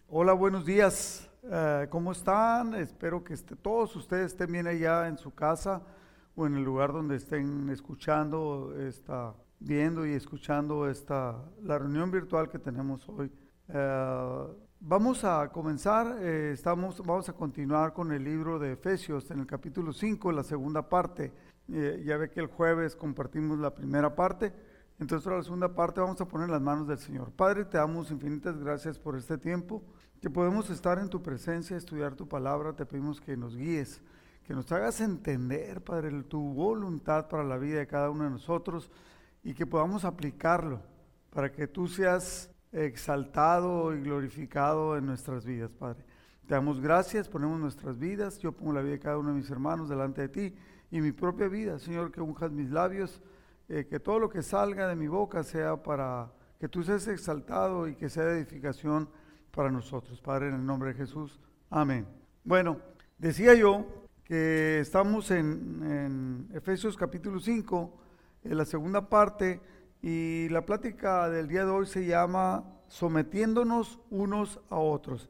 Hola, buenos días. ¿Cómo están? Espero que todos ustedes estén bien allá en su casa o en el lugar donde estén escuchando, viendo y escuchando la reunión virtual que tenemos hoy. Eh, Vamos a comenzar, vamos a continuar con el libro de Efesios en el capítulo 5, la segunda parte. Ya ve que el jueves compartimos la primera parte. Entonces, para la segunda parte vamos a poner en las manos del Señor. Padre, te damos infinitas gracias por este tiempo, que podemos estar en tu presencia, estudiar tu palabra. Te pedimos que nos guíes, que nos hagas entender, Padre, tu voluntad para la vida de cada uno de nosotros y que podamos aplicarlo para que tú seas exaltado y glorificado en nuestras vidas, Padre. Te damos gracias, ponemos nuestras vidas. Yo pongo la vida de cada uno de mis hermanos delante de ti y mi propia vida, Señor, que unjas mis labios. Que todo lo que salga de mi boca sea para que tú seas exaltado y que sea de edificación para nosotros. Padre, en el nombre de Jesús. Amén. Bueno, decía yo que estamos en Efesios capítulo 5, en la segunda parte, y la plática del día de hoy se llama sometiéndonos unos a otros.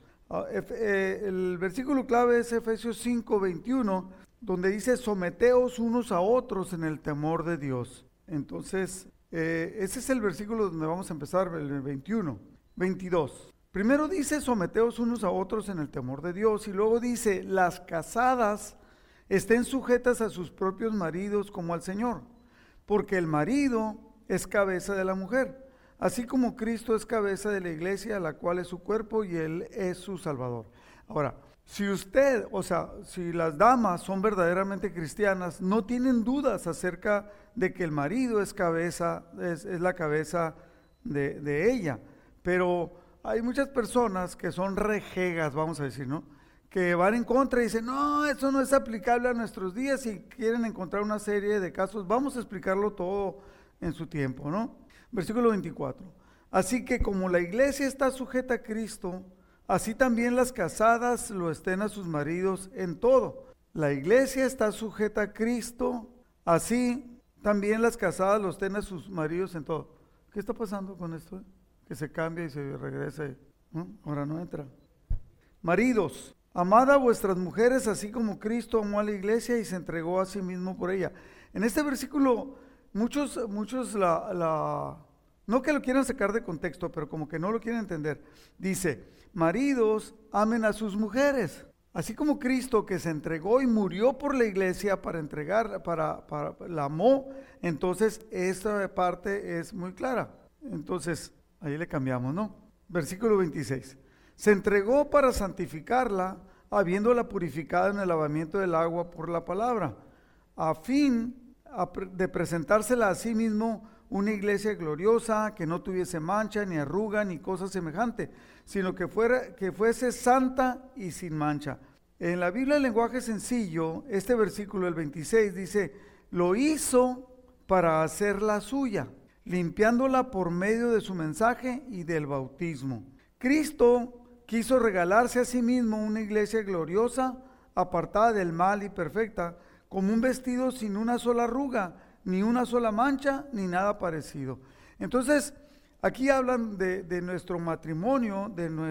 El versículo clave es Efesios 5, 21, donde dice someteos unos a otros en el temor de Dios. Entonces, ese es el versículo donde vamos a empezar, el 21, 22. Primero dice, someteos unos a otros en el temor de Dios, y luego dice, las casadas estén sujetas a sus propios maridos como al Señor, porque el marido es cabeza de la mujer, así como Cristo es cabeza de la iglesia, la cual es su cuerpo y Él es su Salvador. Ahora, si las damas son verdaderamente cristianas, no tienen dudas acerca de que el marido es la cabeza de ella. Pero hay muchas personas que son rejegas, vamos a decir, ¿no? Que van en contra y dicen, no, eso no es aplicable a nuestros días y quieren encontrar una serie de casos. Vamos a explicarlo todo en su tiempo, ¿no? Versículo 24. Así que como la iglesia está sujeta a Cristo, así también las casadas lo estén a sus maridos en todo. La iglesia está sujeta a Cristo, así también las casadas lo estén a sus maridos en todo. ¿Qué está pasando con esto? Que se cambia y se regresa. ¿No? Ahora no entra. Maridos, amad a vuestras mujeres así como Cristo amó a la iglesia y se entregó a sí mismo por ella. En este versículo, muchos no que lo quieran sacar de contexto, pero como que no lo quieren entender. Dice, maridos, amen a sus mujeres, así como Cristo que se entregó y murió por la iglesia la amó. Entonces esta parte es muy clara. Entonces ahí le cambiamos, ¿no? Versículo 26. Se entregó para santificarla, habiéndola purificado en el lavamiento del agua por la palabra, a fin de presentársela a sí mismo una iglesia gloriosa, que no tuviese mancha, ni arruga, ni cosa semejante, sino que fuese santa y sin mancha. En la Biblia, en lenguaje sencillo, este versículo, el 26, dice, lo hizo para hacerla suya, limpiándola por medio de su mensaje y del bautismo. Cristo quiso regalarse a sí mismo una iglesia gloriosa, apartada del mal y perfecta, como un vestido sin una sola arruga, ni una sola mancha, ni nada parecido. Entonces, aquí hablan de nuestro matrimonio,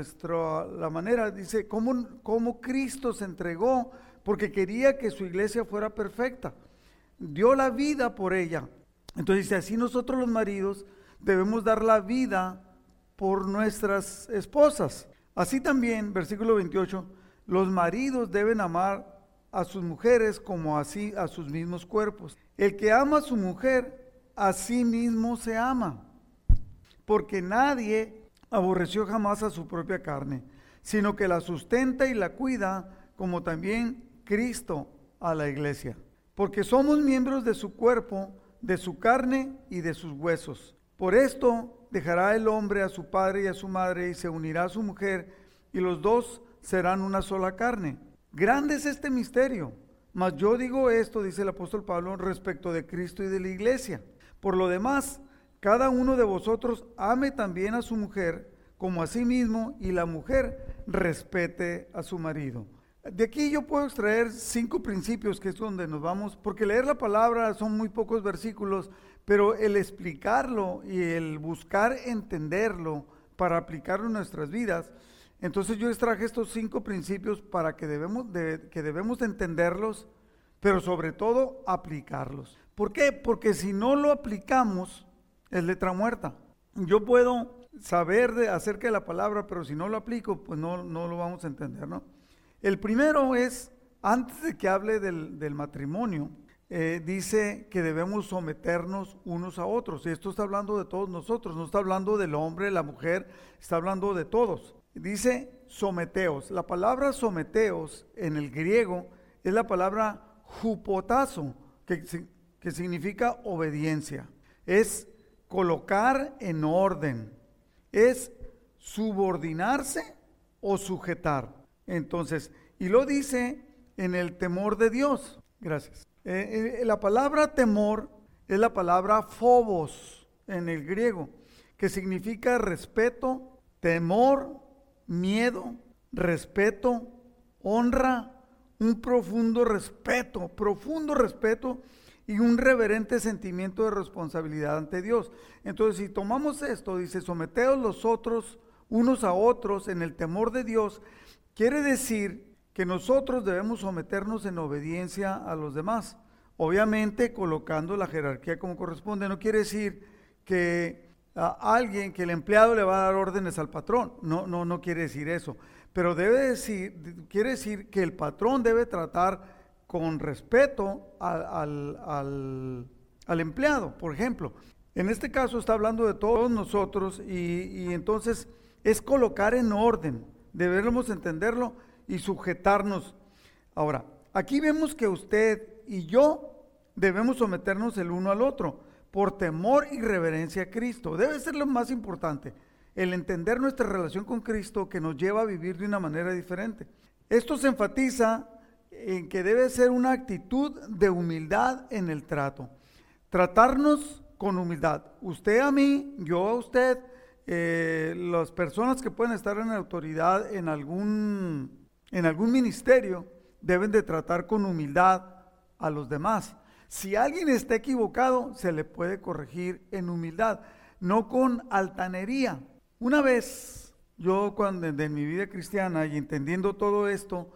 la manera, dice, cómo Cristo se entregó, porque quería que su iglesia fuera perfecta. Dio la vida por ella. Entonces dice, así nosotros los maridos debemos dar la vida por nuestras esposas. Así también, versículo 28, los maridos deben amar a sus mujeres como así a sus mismos cuerpos. El que ama a su mujer, a sí mismo se ama, porque nadie aborreció jamás a su propia carne, sino que la sustenta y la cuida, como también Cristo a la iglesia. Porque somos miembros de su cuerpo, de su carne y de sus huesos. Por esto dejará el hombre a su padre y a su madre y se unirá a su mujer, y los dos serán una sola carne. Grande es este misterio, mas yo digo esto, dice el apóstol Pablo, respecto de Cristo y de la iglesia. Por lo demás, cada uno de vosotros ame también a su mujer como a sí mismo, y la mujer respete a su marido. De aquí yo puedo extraer 5 principios, que es donde nos vamos, porque leer la palabra son muy pocos versículos, pero el explicarlo y el buscar entenderlo para aplicarlo en nuestras vidas, Entonces yo les traje estos 5 principios para que debemos de entenderlos, pero sobre todo aplicarlos. ¿Por qué? Porque si no lo aplicamos, es letra muerta. Yo puedo saber acerca de la palabra, pero si no lo aplico, pues no lo vamos a entender, ¿no? El primero es, antes de que hable del matrimonio, dice que debemos someternos unos a otros. Y esto está hablando de todos nosotros, no está hablando del hombre, la mujer, está hablando de todos. Dice someteos. La palabra someteos en el griego es la palabra hupotazo, que significa obediencia. Es colocar en orden, es subordinarse o sujetar. Entonces, y lo dice en el temor de Dios. Gracias. La palabra temor es la palabra phobos en el griego, que significa respeto, temor, miedo, respeto, honra, un profundo respeto y un reverente sentimiento de responsabilidad ante Dios. Entonces, si tomamos esto, dice, someteos los otros unos a otros en el temor de Dios, quiere decir que nosotros debemos someternos en obediencia a los demás, obviamente colocando la jerarquía como corresponde. No quiere decir que que el empleado le va a dar órdenes al patrón, no quiere decir eso, pero quiere decir que el patrón debe tratar con respeto al empleado, por ejemplo. En este caso está hablando de todos nosotros y entonces es colocar en orden, debemos entenderlo y sujetarnos. Ahora, aquí vemos que usted y yo debemos someternos el uno al otro por temor y reverencia a Cristo. Debe ser lo más importante, el entender nuestra relación con Cristo que nos lleva a vivir de una manera diferente. Esto se enfatiza en que debe ser una actitud de humildad en el trato. Tratarnos con humildad. Usted a mí, yo a usted, las personas que pueden estar en autoridad en algún ministerio deben de tratar con humildad a los demás. Si alguien está equivocado, se le puede corregir en humildad, no con altanería. Una vez, yo cuando en mi vida cristiana y entendiendo todo esto,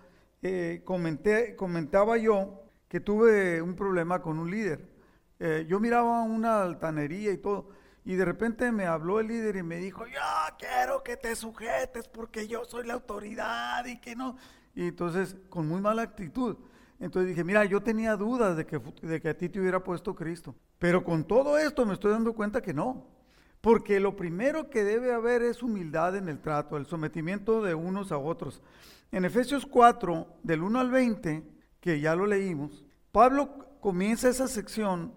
comentaba yo que tuve un problema con un líder. Yo miraba una altanería y todo, y de repente me habló el líder y me dijo, yo quiero que te sujetes porque yo soy la autoridad y que no. Y entonces, con muy mala actitud. Entonces dije, mira, yo tenía dudas de que a ti te hubiera puesto Cristo. Pero con todo esto me estoy dando cuenta que no. Porque lo primero que debe haber es humildad en el trato, el sometimiento de unos a otros. En Efesios 4, del 1 al 20, que ya lo leímos, Pablo comienza esa sección,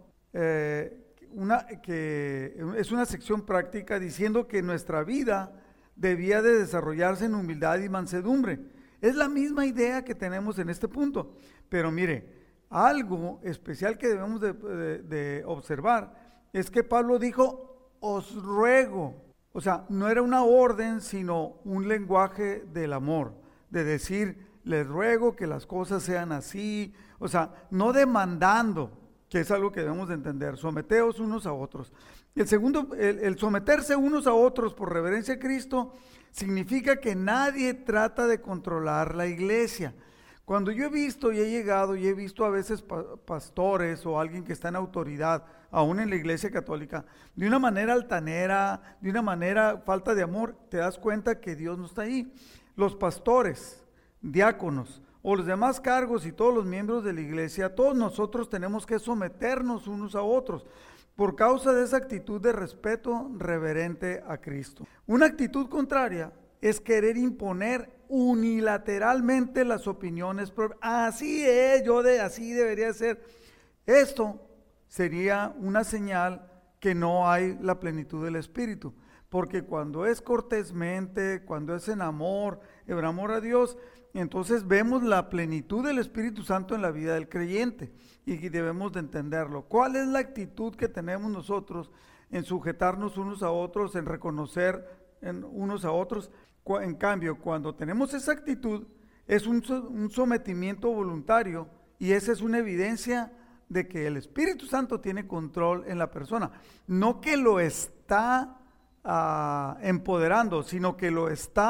que es una sección práctica, diciendo que nuestra vida debía de desarrollarse en humildad y mansedumbre. Es la misma idea que tenemos en este punto, pero mire, algo especial que debemos de observar es que Pablo dijo, os ruego, o sea, no era una orden, sino un lenguaje del amor, de decir, les ruego que las cosas sean así, o sea, no demandando, que es algo que debemos de entender, someteos unos a otros. El segundo, el someterse unos a otros por reverencia a Cristo, significa que nadie trata de controlar la iglesia. Cuando yo he visto y he llegado y he visto a veces pastores o alguien que está en autoridad, aún en la iglesia católica, de una manera altanera, de una manera falta de amor, te das cuenta que Dios no está ahí. Los pastores, diáconos o los demás cargos y todos los miembros de la iglesia, todos nosotros tenemos que someternos unos a otros por causa de esa actitud de respeto reverente a Cristo. Una actitud contraria es querer imponer unilateralmente las opiniones propias. Así es, así debería ser. Esto sería una señal que no hay la plenitud del Espíritu, porque cuando es cortésmente, cuando es en amor a Dios, entonces vemos la plenitud del Espíritu Santo en la vida del creyente y debemos de entenderlo. ¿Cuál es la actitud que tenemos nosotros en sujetarnos unos a otros, en reconocer unos a otros? En cambio, cuando tenemos esa actitud, es un sometimiento voluntario y esa es una evidencia de que el Espíritu Santo tiene control en la persona. No que lo está empoderando, sino que lo está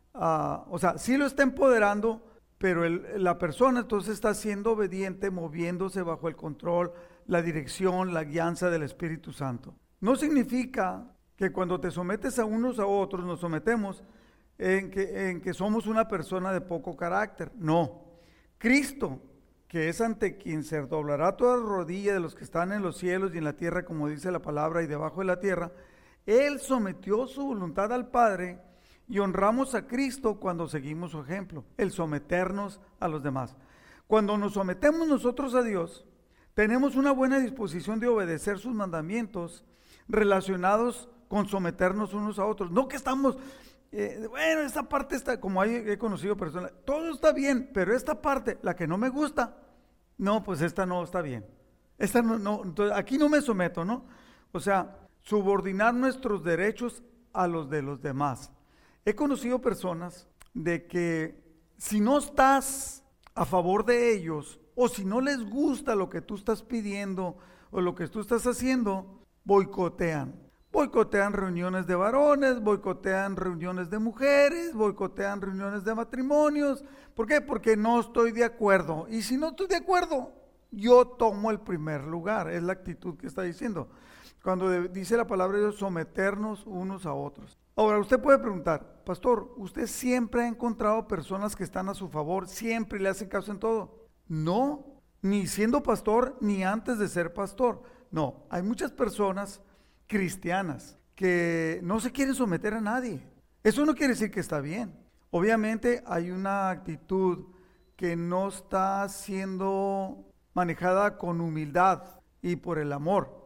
o sea, sí lo está empoderando, pero la persona entonces está siendo obediente, moviéndose bajo el control, la dirección, la guianza del Espíritu Santo. No significa que cuando te sometes a unos a otros, nos sometemos en que somos una persona de poco carácter. No. Cristo, que es ante quien se doblará toda rodilla de los que están en los cielos y en la tierra, como dice la palabra, y debajo de la tierra, Él sometió su voluntad al Padre, y honramos a Cristo cuando seguimos su ejemplo, el someternos a los demás. Cuando nos sometemos nosotros a Dios, tenemos una buena disposición de obedecer sus mandamientos relacionados con someternos unos a otros. No que estamos, bueno, esta parte está, como he conocido personas, todo está bien, pero esta parte, la que no me gusta, no, pues esta no está bien. Esta no, entonces aquí no me someto, ¿no? O sea, subordinar nuestros derechos a los de los demás. He conocido personas de que si no estás a favor de ellos o si no les gusta lo que tú estás pidiendo o lo que tú estás haciendo, boicotean. Boicotean reuniones de varones, boicotean reuniones de mujeres, boicotean reuniones de matrimonios. ¿Por qué? Porque no estoy de acuerdo. Y si no estoy de acuerdo, yo tomo el primer lugar. Es la actitud que está diciendo. Cuando dice la palabra de Dios, someternos unos a otros. Ahora, usted puede preguntar, pastor, ¿usted siempre ha encontrado personas que están a su favor, siempre le hacen caso en todo? No, ni siendo pastor, ni antes de ser pastor. No, hay muchas personas cristianas que no se quieren someter a nadie. Eso no quiere decir que está bien. Obviamente hay una actitud que no está siendo manejada con humildad y por el amor.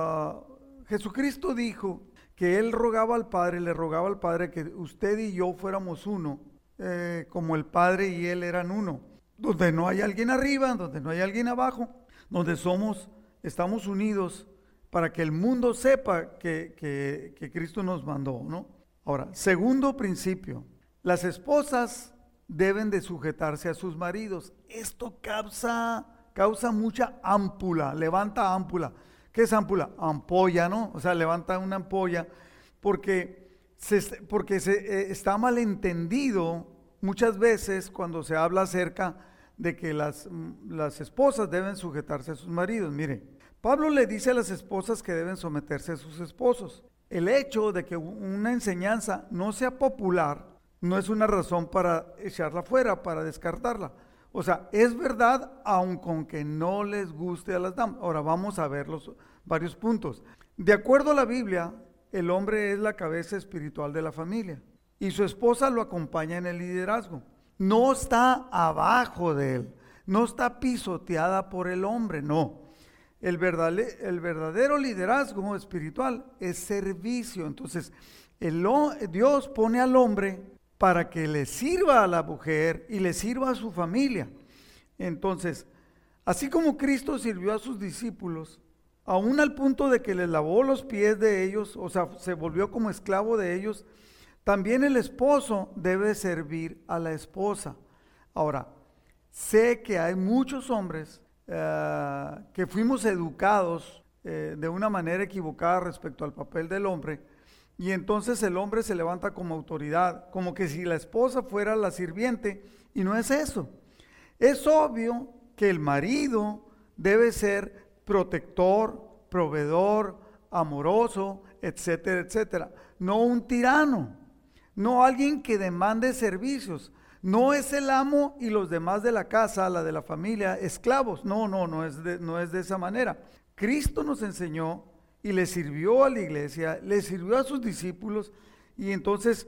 Jesucristo dijo que Él rogaba al Padre, le rogaba al Padre que usted y yo fuéramos uno, como el Padre y Él eran uno, donde no hay alguien arriba, donde no hay alguien abajo, donde estamos unidos para que el mundo sepa que Cristo nos mandó, ¿no? Ahora, segundo principio, las esposas deben de sujetarse a sus maridos. Esto causa mucha ámpula, levanta ámpula. ¿Qué es ámpula? Ampolla, ¿no? O sea, levanta una ampolla porque está malentendido muchas veces cuando se habla acerca de que las esposas deben sujetarse a sus maridos. Mire, Pablo le dice a las esposas que deben someterse a sus esposos. El hecho de que una enseñanza no sea popular no es una razón para echarla fuera, para descartarla. O sea, es verdad, aun con que no les guste a las damas. Ahora vamos a ver los varios puntos. De acuerdo a la Biblia, el hombre es la cabeza espiritual de la familia y su esposa lo acompaña en el liderazgo. No está abajo de él, no está pisoteada por el hombre, no. El verdadero liderazgo espiritual es servicio. Entonces, Dios pone al hombre para que le sirva a la mujer y le sirva a su familia. Entonces, así como Cristo sirvió a sus discípulos, aún al punto de que les lavó los pies de ellos, o sea, se volvió como esclavo de ellos, también el esposo debe servir a la esposa. Ahora, sé que hay muchos hombres que fuimos educados de una manera equivocada respecto al papel del hombre, y entonces el hombre se levanta como autoridad, como que si la esposa fuera la sirviente, y no es eso. Es obvio que el marido debe ser protector, proveedor, amoroso, etcétera, etcétera. No un tirano, no alguien que demande servicios. No es el amo y los demás de la casa, la de la familia, esclavos. No es de esa manera. Cristo nos enseñó y le sirvió a la iglesia, le sirvió a sus discípulos, y entonces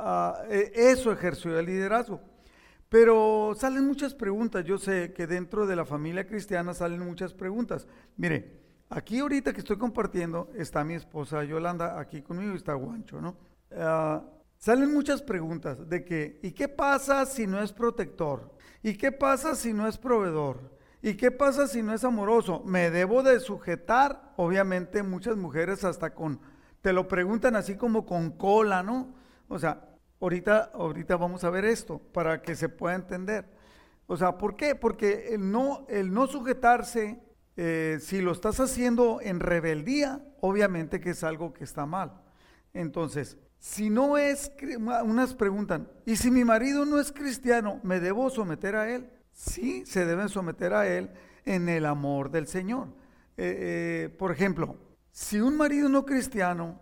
eso ejerció el liderazgo. Pero salen muchas preguntas. Yo sé que dentro de la familia cristiana salen muchas preguntas. Mire, aquí ahorita que estoy compartiendo está mi esposa Yolanda aquí conmigo y está Guancho, ¿no? Salen muchas preguntas de que, ¿y qué pasa si no es protector? ¿Y qué pasa si no es proveedor? ¿Y qué pasa si no es amoroso? ¿Me debo de sujetar? Obviamente muchas mujeres hasta te lo preguntan así como con cola, ¿no? O sea, ahorita vamos a ver esto para que se pueda entender. O sea, ¿por qué? Porque el no sujetarse, si lo estás haciendo en rebeldía, obviamente que es algo que está mal. Entonces, Si no es, unas preguntan, ¿y si mi marido no es cristiano, me debo someter a él? Sí, se deben someter a él en el amor del Señor. Por ejemplo, si un marido no cristiano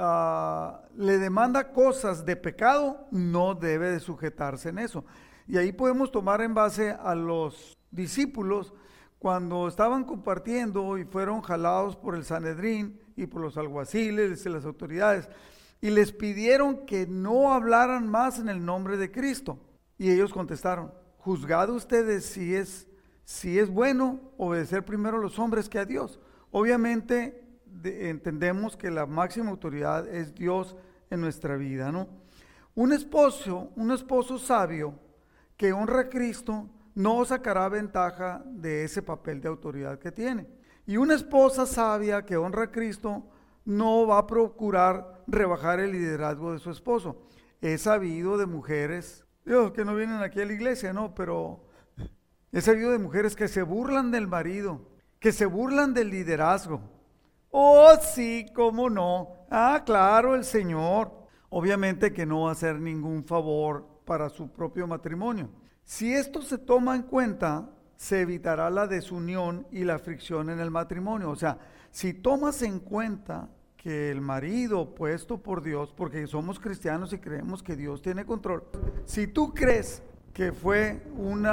le demanda cosas de pecado, no debe de sujetarse en eso. Y ahí podemos tomar en base a los discípulos cuando estaban compartiendo y fueron jalados por el Sanedrín y por los alguaciles y las autoridades, y les pidieron que no hablaran más en el nombre de Cristo. Y ellos contestaron, juzgad ustedes si es bueno obedecer primero a los hombres que a Dios. Obviamente entendemos que la máxima autoridad es Dios en nuestra vida, ¿no? Un esposo sabio que honra a Cristo no sacará ventaja de ese papel de autoridad que tiene. Y una esposa sabia que honra a Cristo no va a procurar rebajar el liderazgo de su esposo. He sabido de mujeres, que no vienen aquí a la iglesia, ¿no? Pero he sabido de mujeres que se burlan del marido, que se burlan del liderazgo. Oh, sí, cómo no. Ah, claro, el Señor. Obviamente que no va a hacer ningún favor para su propio matrimonio. Si esto se toma en cuenta, se evitará la desunión y la fricción en el matrimonio. O sea, si tomas en cuenta que el marido puesto por Dios, porque somos cristianos y creemos que Dios tiene control, si tú crees que fue un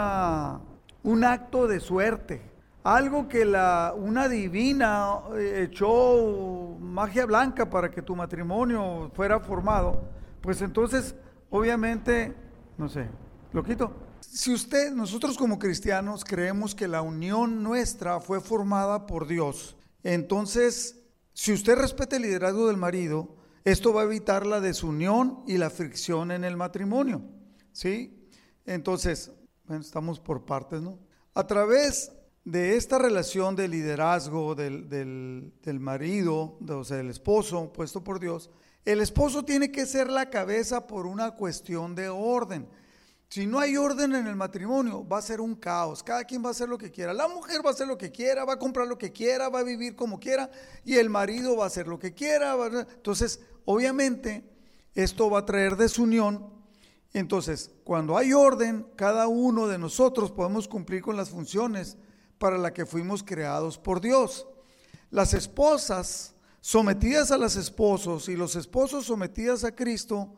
acto de suerte, algo que una divina echó magia blanca para que tu matrimonio fuera formado, pues entonces, obviamente, no sé, lo quito. Si nosotros como cristianos creemos que la unión nuestra fue formada por Dios, entonces, si usted respeta el liderazgo del marido, esto va a evitar la desunión y la fricción en el matrimonio, ¿sí? Entonces, bueno, estamos por partes, ¿no? A través de esta relación de liderazgo del marido, o sea, del esposo puesto por Dios, el esposo tiene que ser la cabeza por una cuestión de orden. Si no hay orden en el matrimonio, va a ser un caos. Cada quien va a hacer lo que quiera. La mujer va a hacer lo que quiera, va a comprar lo que quiera, va a vivir como quiera, y el marido va a hacer lo que quiera. Entonces, obviamente, esto va a traer desunión. Entonces, cuando hay orden, cada uno de nosotros podemos cumplir con las funciones para las que fuimos creados por Dios. Las esposas sometidas a los esposos y los esposos sometidos a Cristo,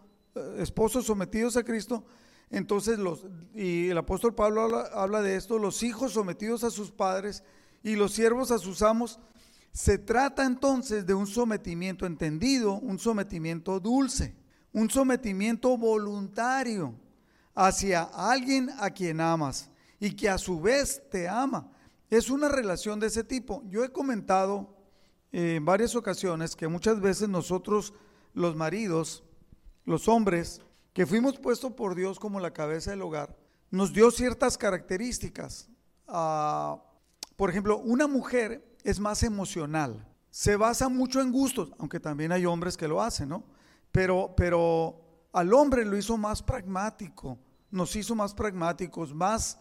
entonces y el apóstol Pablo habla de esto, los hijos sometidos a sus padres y los siervos a sus amos. Se trata entonces de un sometimiento entendido, un sometimiento dulce, un sometimiento voluntario hacia alguien a quien amas y que a su vez te ama. Es una relación de ese tipo. Yo he comentado en varias ocasiones que muchas veces nosotros, los maridos, los hombres, que fuimos puestos por Dios como la cabeza del hogar, nos dio ciertas características. Por ejemplo, una mujer es más emocional, se basa mucho en gustos, aunque también hay hombres que lo hacen, ¿no? Pero al hombre lo hizo más pragmático, nos hizo más pragmáticos, más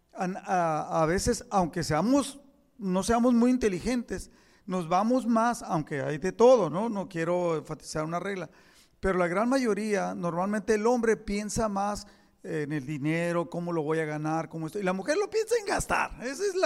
a veces, aunque no seamos muy inteligentes, nos vamos más, aunque hay de todo, ¿no? No quiero enfatizar una regla, pero la gran mayoría, normalmente el hombre piensa más en el dinero, cómo lo voy a ganar, cómo esto, y la mujer lo piensa en gastar. Esa es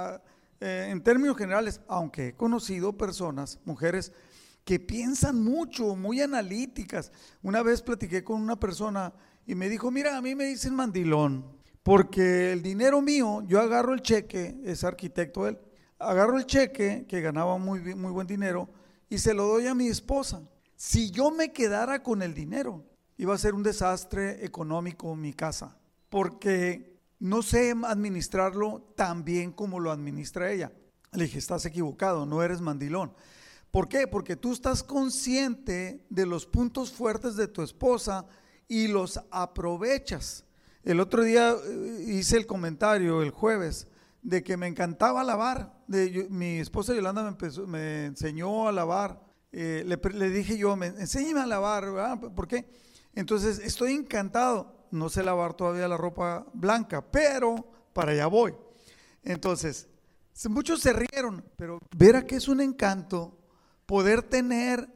en términos generales, aunque he conocido personas, mujeres, que piensan mucho, muy analíticas. Una vez platiqué con una persona y me dijo, mira, a mí me dicen mandilón, porque el dinero mío, yo agarro el cheque, es arquitecto él, agarro el cheque, que ganaba muy buen dinero, y se lo doy a mi esposa. Si yo me quedara con el dinero, iba a ser un desastre económico en mi casa, porque no sé administrarlo tan bien como lo administra ella. Le dije, estás equivocado, no eres mandilón. ¿Por qué? Porque tú estás consciente de los puntos fuertes de tu esposa y los aprovechas. El otro día hice el comentario, el jueves, de que me encantaba lavar. Mi esposa Yolanda me enseñó a lavar. Le dije yo, enséñame a lavar, ¿verdad? ¿Por qué? Entonces estoy encantado. No sé lavar todavía la ropa blanca, pero para allá voy. Entonces, muchos se rieron, pero verá que es un encanto poder tener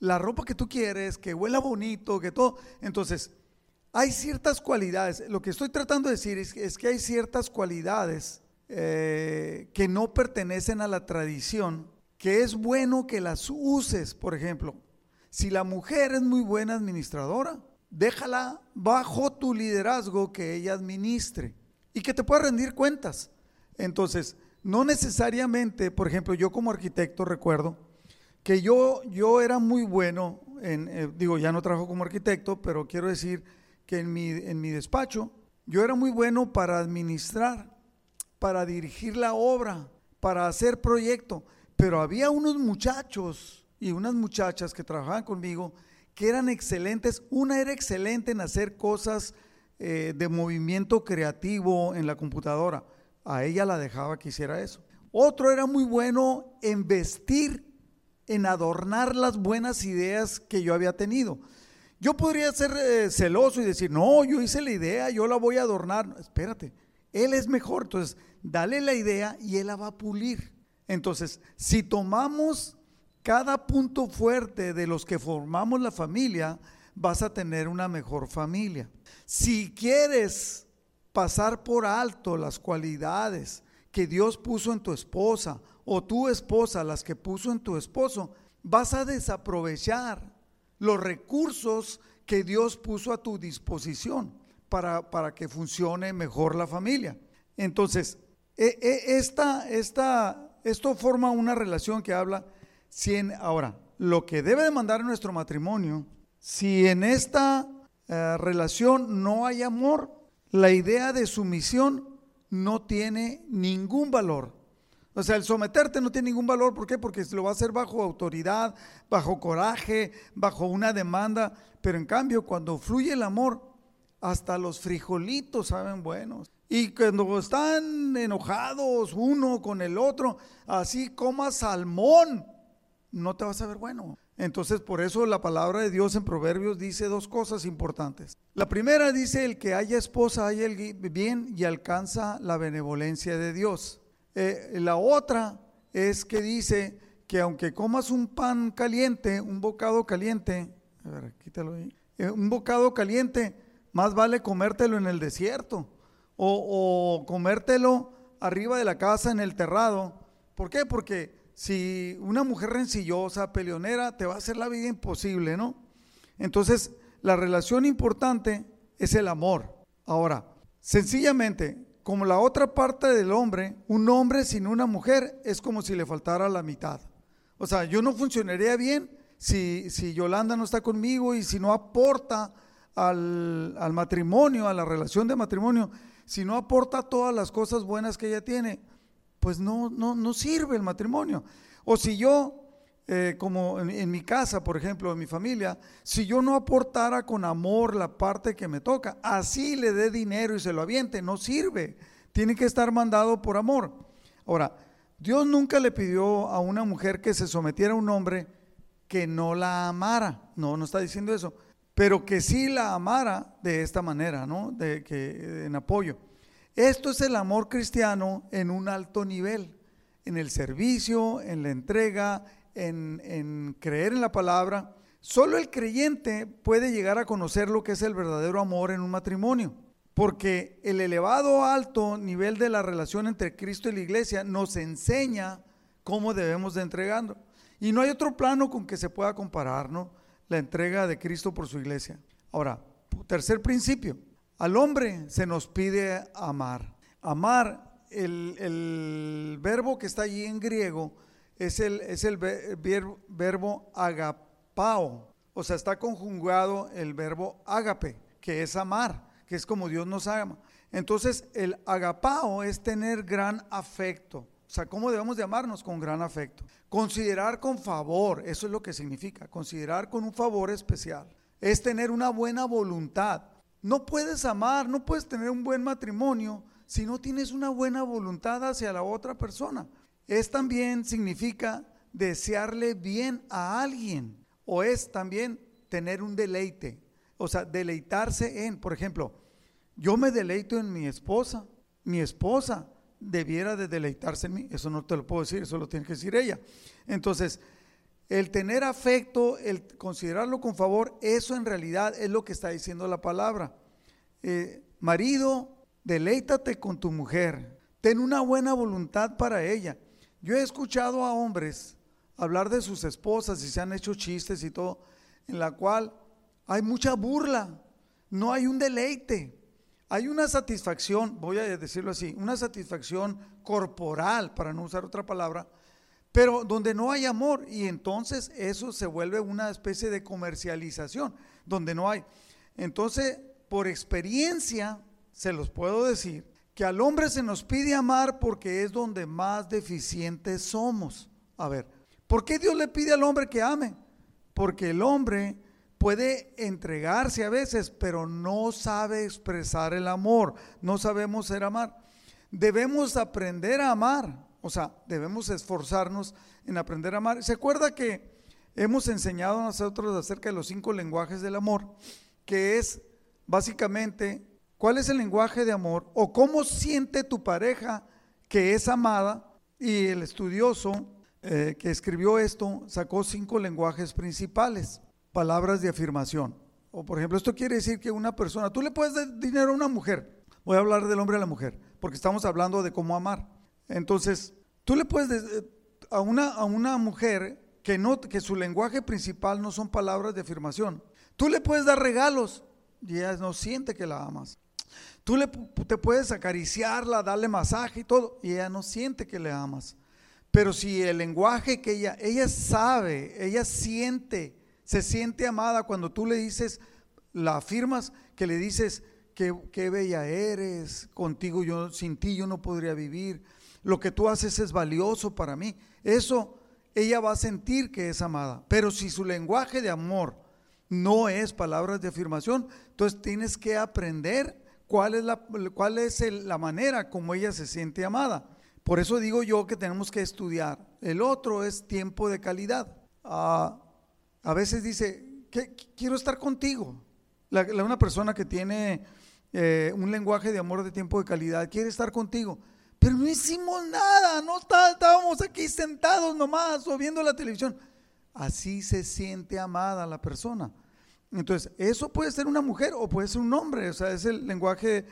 la ropa que tú quieres, que huela bonito, que todo. Entonces, hay ciertas cualidades. Lo que estoy tratando de decir es que hay ciertas cualidades que no pertenecen a la tradición, que es bueno que las uses. Por ejemplo, si la mujer es muy buena administradora, déjala bajo tu liderazgo que ella administre y que te pueda rendir cuentas. Entonces, no necesariamente, por ejemplo, yo como arquitecto recuerdo que yo era muy bueno digo, ya no trabajo como arquitecto, pero quiero decir que en mi despacho yo era muy bueno para administrar, para dirigir la obra, para hacer proyecto, pero había unos muchachos y unas muchachas que trabajaban conmigo que eran excelentes. Una era excelente en hacer cosas de movimiento creativo en la computadora. A ella la dejaba que hiciera eso. Otro era muy bueno en vestir, en adornar las buenas ideas que yo había tenido. Yo podría ser celoso y decir, no, yo hice la idea, yo la voy a adornar. No, espérate, él es mejor, entonces dale la idea y él la va a pulir. Entonces, si tomamos cada punto fuerte de los que formamos la familia, vas a tener una mejor familia. Si quieres pasar por alto las cualidades que Dios puso en tu esposa o tu esposa las que puso en tu esposo, vas a desaprovechar los recursos que Dios puso a tu disposición para que funcione mejor la familia. Entonces, esto forma una relación que habla. Ahora, lo que debe demandar en nuestro matrimonio, si en esta relación no hay amor, la idea de sumisión no tiene ningún valor. O sea, el someterte no tiene ningún valor. ¿Por qué? Porque lo va a hacer bajo autoridad, bajo coraje, bajo una demanda. Pero en cambio, cuando fluye el amor, hasta los frijolitos saben buenos. Y cuando están enojados uno con el otro, así comas salmón, no te vas a ver bueno. Entonces, por eso la palabra de Dios en Proverbios dice dos cosas importantes. La primera dice, el que haya esposa haya el bien y alcanza la benevolencia de Dios. La otra es que dice que aunque comas un pan caliente, un bocado caliente, a ver, quítalo ahí, un bocado caliente, más vale comértelo en el desierto o comértelo arriba de la casa en el terrado. ¿Por qué? Porque si una mujer rencillosa, peleonera, te va a hacer la vida imposible, ¿no? Entonces, la relación importante es el amor. Ahora, sencillamente, como la otra parte del hombre, un hombre sin una mujer es como si le faltara la mitad. O sea, yo no funcionaría bien si Yolanda no está conmigo y si no aporta al matrimonio, a la relación de matrimonio, si no aporta todas las cosas buenas que ella tiene, pues no sirve el matrimonio. O si yo, como en mi casa, por ejemplo, en mi familia, si yo no aportara con amor la parte que me toca, así le dé dinero y se lo aviente, no sirve. Tiene que estar mandado por amor. Ahora, Dios nunca le pidió a una mujer que se sometiera a un hombre que no la amara. No está diciendo eso, pero que sí la amara de esta manera, ¿no? En apoyo. Esto es el amor cristiano en un alto nivel, en el servicio, en la entrega, en creer en la palabra. Solo el creyente puede llegar a conocer lo que es el verdadero amor en un matrimonio, porque el elevado alto nivel de la relación entre Cristo y la iglesia nos enseña cómo debemos de entregarnos. Y no hay otro plano con que se pueda comparar, ¿no? La entrega de Cristo por su iglesia. Ahora, tercer principio. Al hombre se nos pide amar. Amar, el verbo que está allí en griego es el verbo agapao. O sea, está conjugado el verbo ágape, que es amar, que es como Dios nos ama. Entonces, el agapao es tener gran afecto. O sea, ¿cómo debemos de amarnos? Con gran afecto. Considerar con favor, eso es lo que significa. Considerar con un favor especial. Es tener una buena voluntad. No puedes amar, no puedes tener un buen matrimonio si no tienes una buena voluntad hacia la otra persona. Es también significa desearle bien a alguien, o es también tener un deleite, o sea, deleitarse en, por ejemplo, yo me deleito en mi esposa debiera de deleitarse en mí. Eso no te lo puedo decir, eso lo tiene que decir ella. Entonces, El tener afecto, el considerarlo con favor, eso en realidad es lo que está diciendo la palabra. Marido, deleítate con tu mujer, ten una buena voluntad para ella. Yo he escuchado a hombres hablar de sus esposas y se han hecho chistes y todo, en la cual hay mucha burla, no hay un deleite, hay una satisfacción, voy a decirlo así, una satisfacción corporal, para no usar otra palabra, pero donde no hay amor, y entonces eso se vuelve una especie de comercialización, donde no hay. Entonces, por experiencia, se los puedo decir, que al hombre se nos pide amar porque es donde más deficientes somos. A ver, ¿por qué Dios le pide al hombre que ame? Porque el hombre puede entregarse a veces, pero no sabe expresar el amor, no sabemos ser amar. Debemos aprender a amar. O sea, debemos esforzarnos en aprender a amar. ¿Se acuerda que hemos enseñado a nosotros acerca de los 5 lenguajes del amor? Que es básicamente, ¿cuál es el lenguaje de amor? O cómo siente tu pareja que es amada. Y el estudioso que escribió esto sacó 5 lenguajes principales, palabras de afirmación. O por ejemplo, esto quiere decir que una persona, tú le puedes dar dinero a una mujer. Voy a hablar del hombre a la mujer, porque estamos hablando de cómo amar. Entonces, tú le puedes a una mujer que su lenguaje principal no son palabras de afirmación. Tú le puedes dar regalos y ella no siente que la amas. Te puedes acariciarla, darle masaje y todo, y ella no siente que le amas. Pero si el lenguaje que ella sabe, ella siente, se siente amada cuando tú le dices, la afirmas, que le dices, qué bella eres, sin ti yo no podría vivir. Lo que tú haces es valioso para mí. Eso ella va a sentir que es amada. Pero si su lenguaje de amor no es palabras de afirmación, entonces tienes que aprender cuál es la manera como ella se siente amada. Por eso digo yo que tenemos que estudiar. El otro es tiempo de calidad. A veces dice, quiero estar contigo. Una persona que tiene un lenguaje de amor de tiempo de calidad quiere estar contigo. Pero no hicimos nada, estábamos aquí sentados nomás o viendo la televisión. Así se siente amada la persona. Entonces, eso puede ser una mujer o puede ser un hombre, o sea, es el lenguaje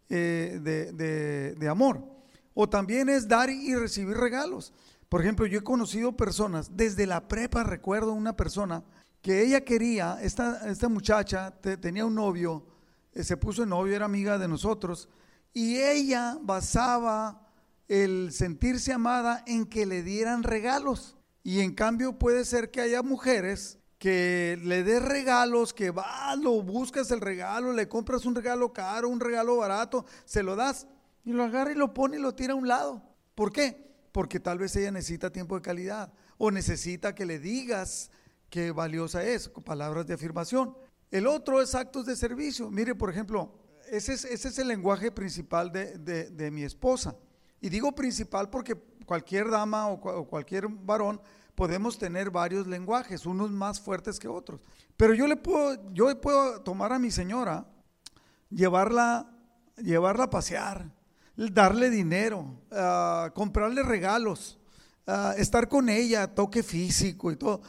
de amor. O también es dar y recibir regalos. Por ejemplo, yo he conocido personas, desde la prepa recuerdo una persona que ella quería, esta muchacha tenía un novio, se puso en novio, era amiga de nosotros, y ella basaba el sentirse amada en que le dieran regalos. Y en cambio puede ser que haya mujeres que le des regalos, que buscas el regalo, le compras un regalo caro, un regalo barato, se lo das y lo agarra y lo pone y lo tira a un lado. ¿Por qué? Porque tal vez ella necesita tiempo de calidad o necesita que le digas qué valiosa es, con palabras de afirmación. El otro es actos de servicio. Mire, por ejemplo, ese es el lenguaje principal de mi esposa. Y digo principal porque cualquier dama o cualquier varón podemos tener varios lenguajes, unos más fuertes que otros. Pero yo puedo tomar a mi señora, llevarla a pasear, darle dinero, comprarle regalos, estar con ella, toque físico y todo.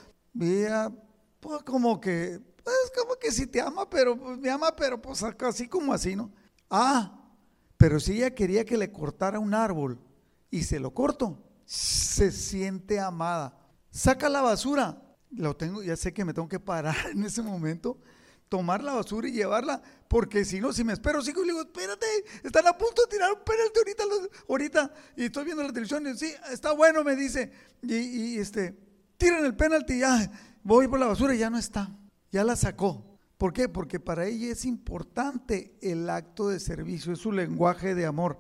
Pues como que sí te ama, pero me ama, pero pues así como así, ¿no? Pero si ella quería que le cortara un árbol y se lo corto, se siente amada. Saca la basura, ya sé que me tengo que parar en ese momento, tomar la basura y llevarla, porque si no, si me espero, sigo y le digo, espérate, están a punto de tirar un penalti ahorita, y estoy viendo la televisión, y sí, está bueno, me dice, y tiran el penalti, ya, voy por la basura y ya no está, ya la sacó. ¿Por qué? Porque para ella es importante el acto de servicio, es su lenguaje de amor.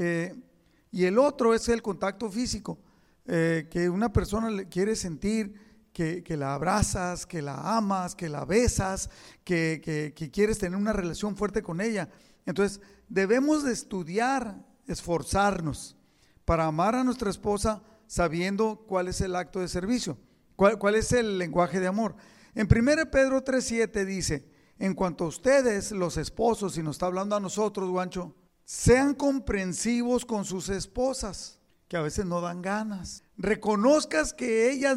Y el otro es el contacto físico, que una persona quiere sentir que la abrazas, que la amas, que la besas, que quieres tener una relación fuerte con ella. Entonces debemos de estudiar, esforzarnos para amar a nuestra esposa sabiendo cuál es el acto de servicio, cuál es el lenguaje de amor. En 1 Pedro 3:7 dice, en cuanto a ustedes, los esposos, y nos está hablando a nosotros, Guancho, sean comprensivos con sus esposas. que a veces no dan ganas. Reconozcan que ellas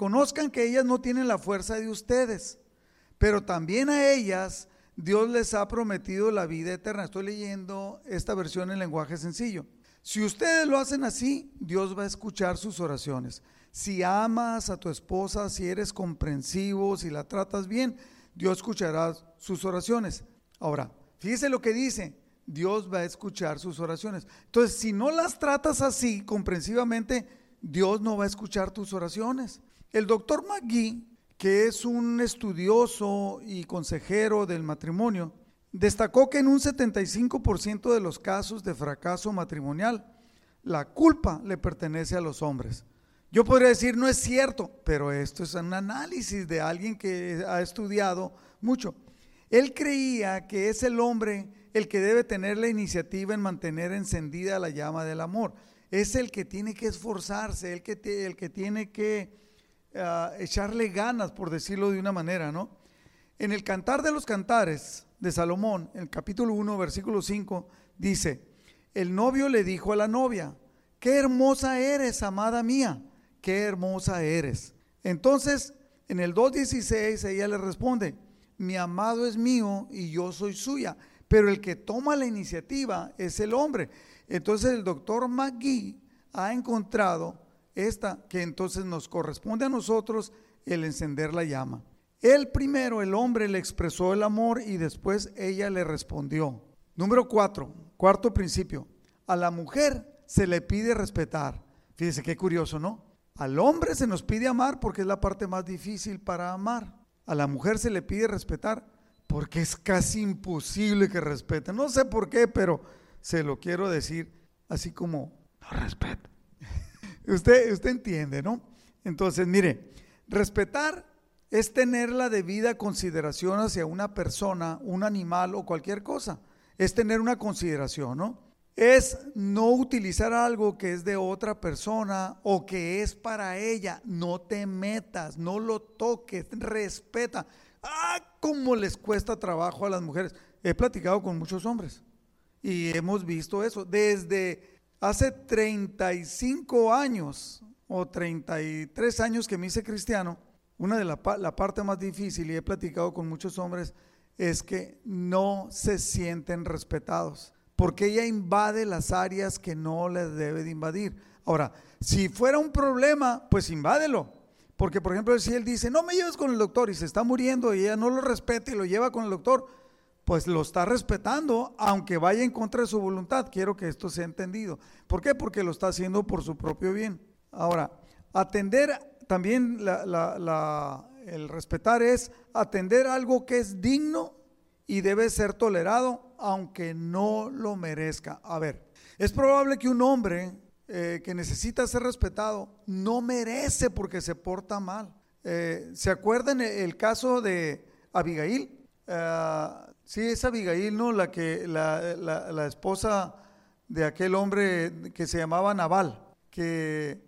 no tienen la fuerza de ustedes, pero también a ellas Dios les ha prometido la vida eterna. Estoy leyendo esta versión en lenguaje sencillo. Si ustedes lo hacen así, Dios va a escuchar sus oraciones. Si amas a tu esposa, si eres comprensivo, si la tratas bien, Dios escuchará sus oraciones. Ahora, fíjese lo que dice, Dios va a escuchar sus oraciones. Entonces, si no las tratas así, comprensivamente, Dios no va a escuchar tus oraciones. El doctor McGee, que es un estudioso y consejero del matrimonio, destacó que en un 75% de los casos de fracaso matrimonial, la culpa le pertenece a los hombres. Yo podría decir, no es cierto, pero esto es un análisis de alguien que ha estudiado mucho. Él creía que es el hombre el que debe tener la iniciativa en mantener encendida la llama del amor. Es el que tiene que esforzarse, el que tiene que echarle ganas, por decirlo de una manera, ¿no? En el Cantar de los Cantares de Salomón, en el capítulo 1, versículo 5, dice: el novio le dijo a la novia: qué hermosa eres, amada mía, qué hermosa eres. Entonces, en el 2:16 ella le responde: mi amado es mío y yo soy suya, pero el que toma la iniciativa es el hombre. Entonces el doctor McGee ha encontrado que entonces nos corresponde a nosotros el encender la llama. Él primero, el hombre, le expresó el amor y después ella le respondió. Número 4, cuarto principio: a la mujer se le pide respetar. Fíjese qué curioso, ¿no? Al hombre se nos pide amar porque es la parte más difícil para amar. A la mujer se le pide respetar porque es casi imposible que respete. No sé por qué, pero se lo quiero decir así como: no respeta. Usted entiende, ¿no? Entonces, mire, respetar es tener la debida consideración hacia una persona, un animal o cualquier cosa. Es tener una consideración, ¿no? Es no utilizar algo que es de otra persona o que es para ella. No te metas, no lo toques, respeta. Cómo les cuesta trabajo a las mujeres. He platicado con muchos hombres y hemos visto eso. Desde hace 35 años o 33 años que me hice cristiano, una de la parte más difícil, y he platicado con muchos hombres, es que no se sienten respetados, porque ella invade las áreas que no les debe de invadir. Ahora, si fuera un problema, pues invádelo. Porque, por ejemplo, si él dice: no me lleves con el doctor, y se está muriendo y ella no lo respeta y lo lleva con el doctor, pues lo está respetando, aunque vaya en contra de su voluntad. Quiero que esto sea entendido. ¿Por qué? Porque lo está haciendo por su propio bien. Ahora, atender también, el respetar es atender algo que es digno y debe ser tolerado, aunque no lo merezca. A ver, es probable que un hombre que necesita ser respetado no merece porque se porta mal. ¿Se acuerdan el caso de Abigail? Sí, es Abigail, ¿no? La esposa de aquel hombre que se llamaba Nabal, que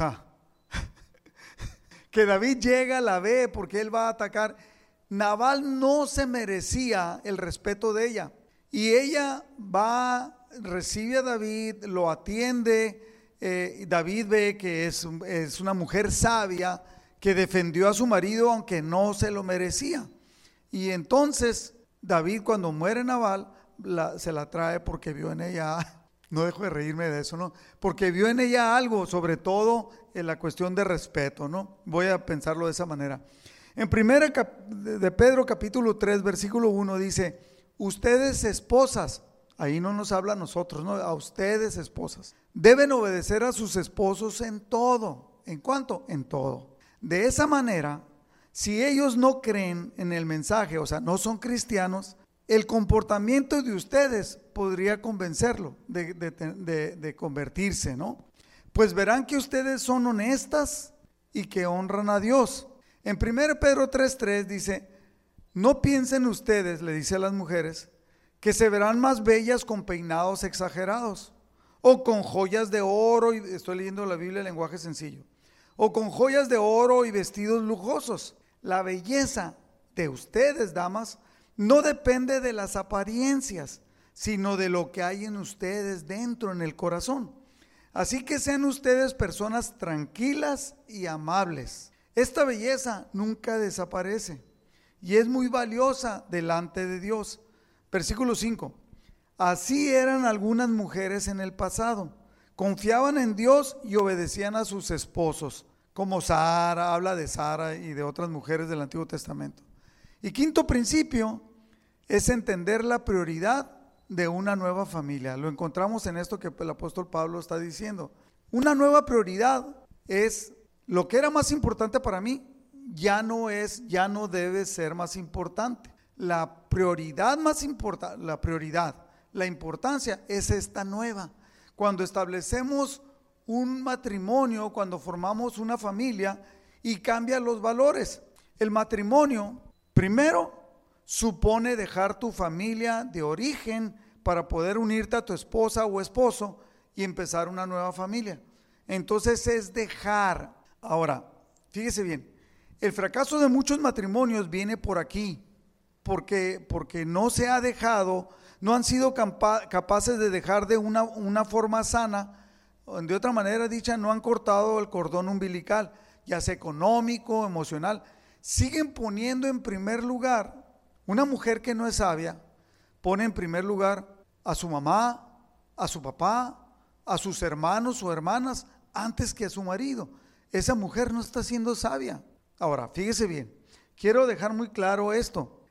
David llega, la ve porque él va a atacar. Nabal no se merecía el respeto de ella, y ella va, recibe a David, lo atiende. David ve que es una mujer sabia que defendió a su marido aunque no se lo merecía, y entonces David, cuando muere Nabal, se la trae porque vio en ella, no dejo de reírme de eso, ¿no? Porque vio en ella algo, sobre todo en la cuestión de respeto, ¿no? Voy a pensarlo de esa manera. En primera de Pedro capítulo 3 versículo 1 dice: ustedes esposas, ahí no nos habla a nosotros, ¿no? A ustedes esposas, deben obedecer a sus esposos en todo. ¿En cuánto? En todo. De esa manera, si ellos no creen en el mensaje, o sea, no son cristianos, el comportamiento de ustedes podría convencerlo de convertirse, ¿no? Pues verán que ustedes son honestas y que honran a Dios. En 1 Pedro 3:3 dice: no piensen ustedes, le dice a las mujeres, que se verán más bellas con peinados exagerados o con joyas de oro, y estoy leyendo la Biblia en lenguaje sencillo, o con joyas de oro y vestidos lujosos. La belleza de ustedes, damas, no depende de las apariencias, sino de lo que hay en ustedes dentro, en el corazón. Así que sean ustedes personas tranquilas y amables. Esta belleza nunca desaparece y es muy valiosa delante de Dios. Versículo 5. Así eran algunas mujeres en el pasado. Confiaban en Dios y obedecían a sus esposos, como Sara, habla de Sara y de otras mujeres del Antiguo Testamento. Y quinto principio es entender la prioridad de una nueva familia. Lo encontramos en esto que el apóstol Pablo está diciendo. Una nueva prioridad es lo que era más importante para mí, ya no debe ser más importante. La prioridad más importante, la importancia es esta nueva. Cuando establecemos un matrimonio, cuando formamos una familia y cambian los valores. El matrimonio, primero, supone dejar tu familia de origen para poder unirte a tu esposa o esposo y empezar una nueva familia. Entonces es dejar. Ahora, fíjese bien, el fracaso de muchos matrimonios viene por aquí, porque no se ha dejado, no han sido capaces de dejar de una forma sana, de otra manera dicha, no han cortado el cordón umbilical, ya sea económico, emocional. Siguen poniendo en primer lugar, una mujer que no es sabia, pone en primer lugar a su mamá, a su papá, a sus hermanos o hermanas, antes que a su marido. Esa mujer no está siendo sabia. Ahora, fíjese bien, quiero dejar muy claro esto.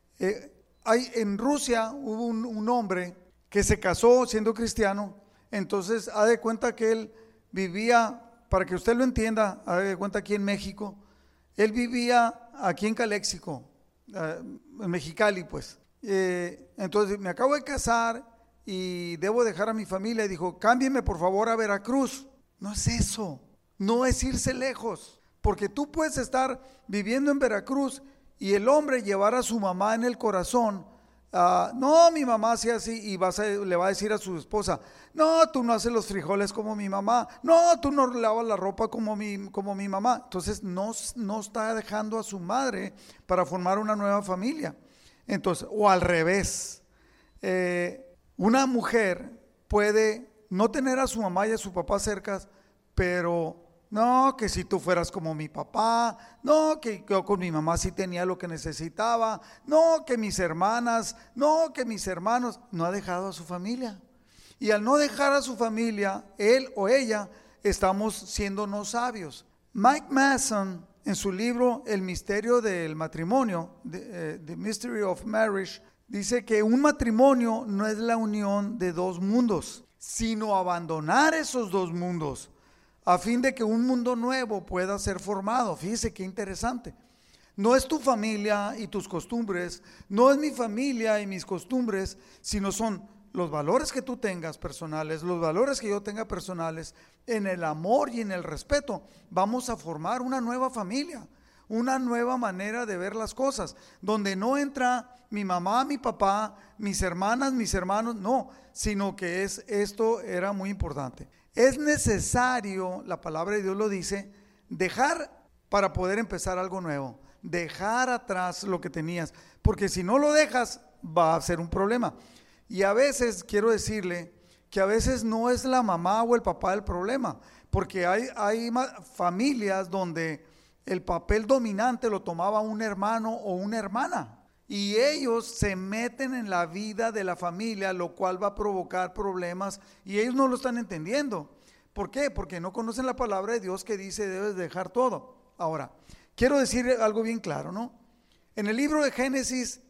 En Rusia hubo un hombre que se casó siendo cristiano. Entonces, haz de cuenta que él vivía, para que usted lo entienda, haz de cuenta aquí en México, él vivía aquí en Caléxico, en Mexicali pues. Entonces, me acabo de casar y debo dejar a mi familia. Y dijo, cámbieme por favor a Veracruz. No es eso, no es irse lejos, porque tú puedes estar viviendo en Veracruz y el hombre llevar a su mamá en el corazón. No, mi mamá hacía así, y le va a decir a su esposa, no, tú no haces los frijoles como mi mamá, no, tú no lavas la ropa como mi mamá. Entonces no está dejando a su madre para formar una nueva familia. Entonces, o al revés, una mujer puede no tener a su mamá y a su papá cerca, pero no, que si tú fueras como mi papá, no, que yo con mi mamá sí tenía lo que necesitaba, no, que mis hermanas, no, que mis hermanos. No ha dejado a su familia. Y al no dejar a su familia, él o ella, estamos siendo no sabios. Mike Mason, en su libro El misterio del matrimonio, The Mystery of Marriage, dice que un matrimonio no es la unión de dos mundos, sino abandonar esos dos mundos a fin de que un mundo nuevo pueda ser formado. Fíjese qué interesante. No es tu familia y tus costumbres, no es mi familia y mis costumbres, sino son los valores que tú tengas personales, los valores que yo tenga personales, en el amor y en el respeto. Vamos a formar una nueva familia, una nueva manera de ver las cosas, donde no entra mi mamá, mi papá, mis hermanas, mis hermanos, no, sino que esto era muy importante. Es necesario, la palabra de Dios lo dice, dejar para poder empezar algo nuevo, dejar atrás lo que tenías, porque si no lo dejas va a ser un problema. Y a veces quiero decirle que a veces no es la mamá o el papá el problema, porque hay familias donde el papel dominante lo tomaba un hermano o una hermana, y ellos se meten en la vida de la familia, lo cual va a provocar problemas, y ellos no lo están entendiendo. ¿Por qué? Porque no conocen la palabra de Dios que dice debes dejar todo. Ahora, quiero decir algo bien claro, ¿no? En el libro de Génesis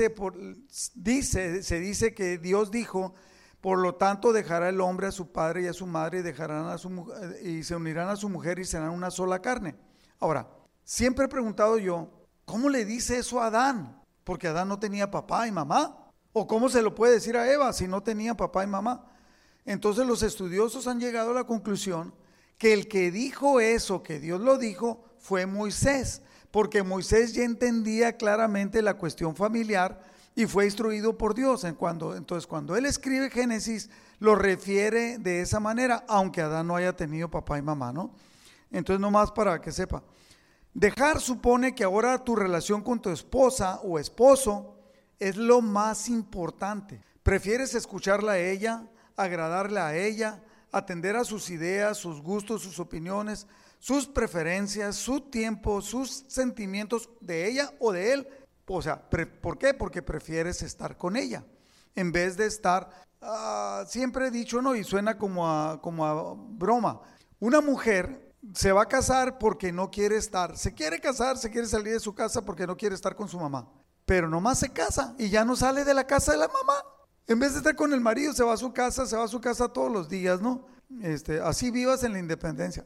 se dice que Dios dijo, por lo tanto dejará el hombre a su padre y a su madre y se unirán a su mujer y serán una sola carne. Ahora, siempre he preguntado yo, ¿cómo le dice eso a Adán? Porque Adán no tenía papá y mamá. ¿O cómo se lo puede decir a Eva si no tenía papá y mamá? Entonces los estudiosos han llegado a la conclusión que el que dijo eso, que Dios lo dijo, fue Moisés, porque Moisés ya entendía claramente la cuestión familiar y fue instruido por Dios. Entonces cuando él escribe Génesis, lo refiere de esa manera, aunque Adán no haya tenido papá y mamá, ¿no? Entonces nomás para que sepa. Dejar supone que ahora tu relación con tu esposa o esposo es lo más importante. Prefieres escucharla a ella, agradarle a ella, atender a sus ideas, sus gustos, sus opiniones, sus preferencias, su tiempo, sus sentimientos de ella o de él. O sea, ¿por qué? Porque prefieres estar con ella en vez de estar, siempre he dicho, ¿no? Y suena como a broma. Una mujer se va a casar porque no quiere estar, se quiere casar, se quiere salir de su casa porque no quiere estar con su mamá, pero nomás se casa y ya no sale de la casa de la mamá. En vez de estar con el marido, se va a su casa todos los días, ¿no? Así vivas en la independencia.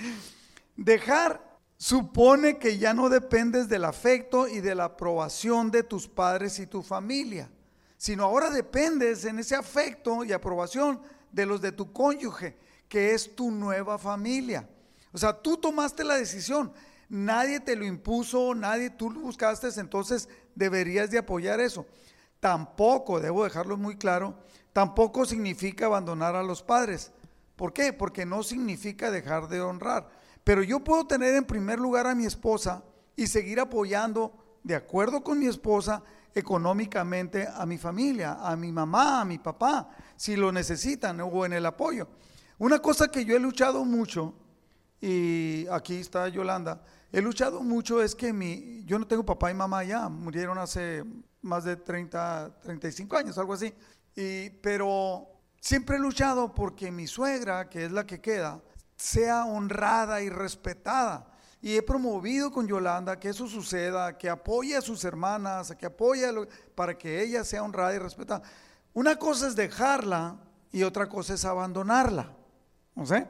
Dejar supone que ya no dependes del afecto y de la aprobación de tus padres y tu familia, sino ahora dependes en ese afecto y aprobación de los de tu cónyuge, que es tu nueva familia. O sea, tú tomaste la decisión, nadie te lo impuso, tú lo buscaste, entonces deberías de apoyar eso. Tampoco, debo dejarlo muy claro, tampoco significa abandonar a los padres. ¿Por qué? Porque no significa dejar de honrar. Pero yo puedo tener en primer lugar a mi esposa y seguir apoyando, de acuerdo con mi esposa, económicamente a mi familia, a mi mamá, a mi papá, si lo necesitan o en el apoyo. Una cosa que yo he luchado mucho, y aquí está Yolanda, he luchado mucho es que yo no tengo papá y mamá ya, murieron hace más de 35 años, algo así, pero siempre he luchado porque mi suegra, que es la que queda, sea honrada y respetada. Y he promovido con Yolanda que eso suceda, que apoye a sus hermanas, que apoye para que ella sea honrada y respetada. Una cosa es dejarla y otra cosa es abandonarla. ¿No sé?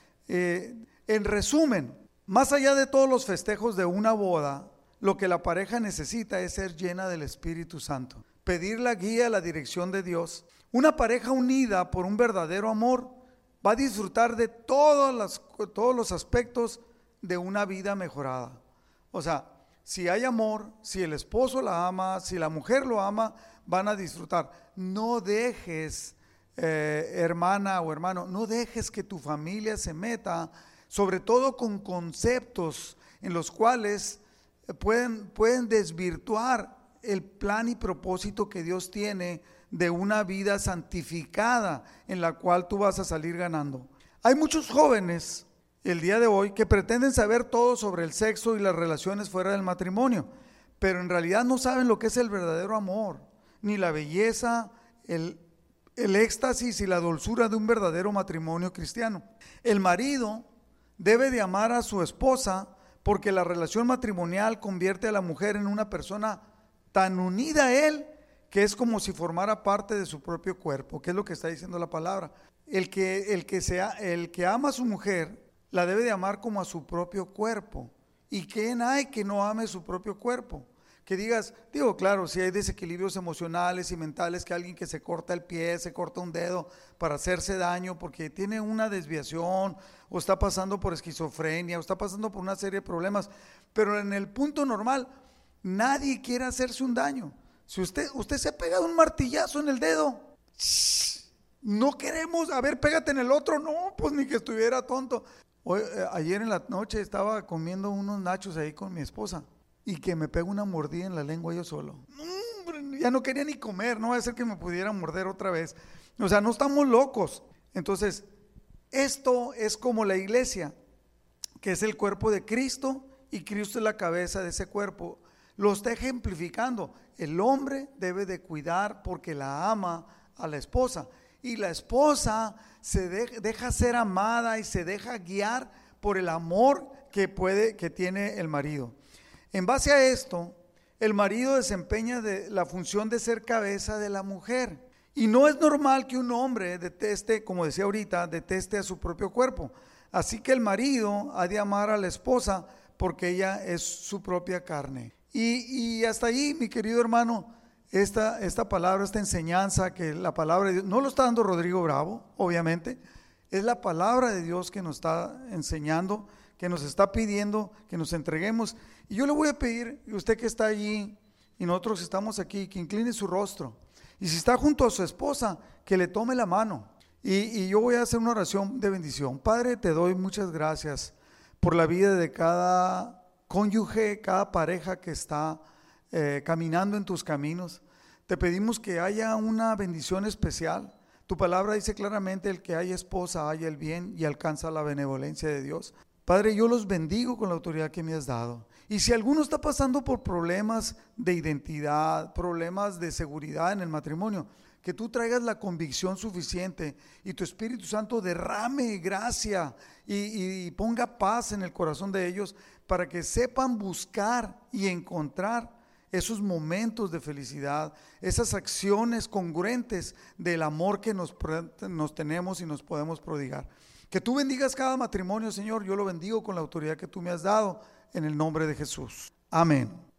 En resumen, más allá de todos los festejos de una boda, lo que la pareja necesita es ser llena del Espíritu Santo, pedir la guía, la dirección de Dios. Una pareja unida por un verdadero amor va a disfrutar de todos los aspectos de una vida mejorada. O sea, si hay amor, si el esposo la ama, si la mujer lo ama, van a disfrutar. No dejes, hermana o hermano, no dejes que tu familia se meta, sobre todo con conceptos en los cuales pueden desvirtuar el plan y propósito que Dios tiene de una vida santificada en la cual tú vas a salir ganando. Hay muchos jóvenes el día de hoy que pretenden saber todo sobre el sexo y las relaciones fuera del matrimonio, pero en realidad no saben lo que es el verdadero amor, ni la belleza, el éxtasis y la dulzura de un verdadero matrimonio cristiano. El marido debe de amar a su esposa porque la relación matrimonial convierte a la mujer en una persona tan unida a él que es como si formara parte de su propio cuerpo, que es lo que está diciendo la palabra. El que ama a su mujer la debe de amar como a su propio cuerpo. ¿Y quién hay que no ame su propio cuerpo? Que digo, claro, si hay desequilibrios emocionales y mentales, que alguien que se corta el pie, se corta un dedo para hacerse daño porque tiene una desviación o está pasando por esquizofrenia o está pasando por una serie de problemas, pero en el punto normal, nadie quiere hacerse un daño. Si usted se ha pegado un martillazo en el dedo, no queremos, a ver, pégate en el otro, no, pues ni que estuviera tonto. Ayer en la noche estaba comiendo unos nachos ahí con mi esposa y que me pego una mordida en la lengua yo solo. Ya no quería ni comer, no va a ser que me pudiera morder otra vez. O sea, no estamos locos. Entonces, esto es como la iglesia, que es el cuerpo de Cristo y Cristo es la cabeza de ese cuerpo. Lo está ejemplificando. El hombre debe de cuidar porque la ama a la esposa y la esposa se deja ser amada y se deja guiar por el amor que tiene el marido. En base a esto, el marido desempeña la función de ser cabeza de la mujer. Y no es normal que un hombre deteste, como decía ahorita, deteste a su propio cuerpo. Así que el marido ha de amar a la esposa porque ella es su propia carne. Y hasta ahí, mi querido hermano, esta palabra, esta enseñanza, que la palabra de Dios, no lo está dando Rodrigo Bravo, obviamente, es la palabra de Dios que nos está enseñando, que nos está pidiendo que nos entreguemos. Y yo le voy a pedir, usted que está allí y nosotros estamos aquí, que incline su rostro. Y si está junto a su esposa, que le tome la mano. Y yo voy a hacer una oración de bendición. Padre, te doy muchas gracias por la vida de cada cónyuge, cada pareja que está caminando en tus caminos. Te pedimos que haya una bendición especial. Tu palabra dice claramente: el que haya esposa haya el bien y alcanza la benevolencia de Dios. Padre, yo los bendigo con la autoridad que me has dado. Y si alguno está pasando por problemas de identidad, problemas de seguridad en el matrimonio, que tú traigas la convicción suficiente y tu Espíritu Santo derrame gracia y ponga paz en el corazón de ellos para que sepan buscar y encontrar esos momentos de felicidad, esas acciones congruentes del amor que nos tenemos y nos podemos prodigar. Que tú bendigas cada matrimonio, Señor. Yo lo bendigo con la autoridad que tú me has dado, en el nombre de Jesús. Amén.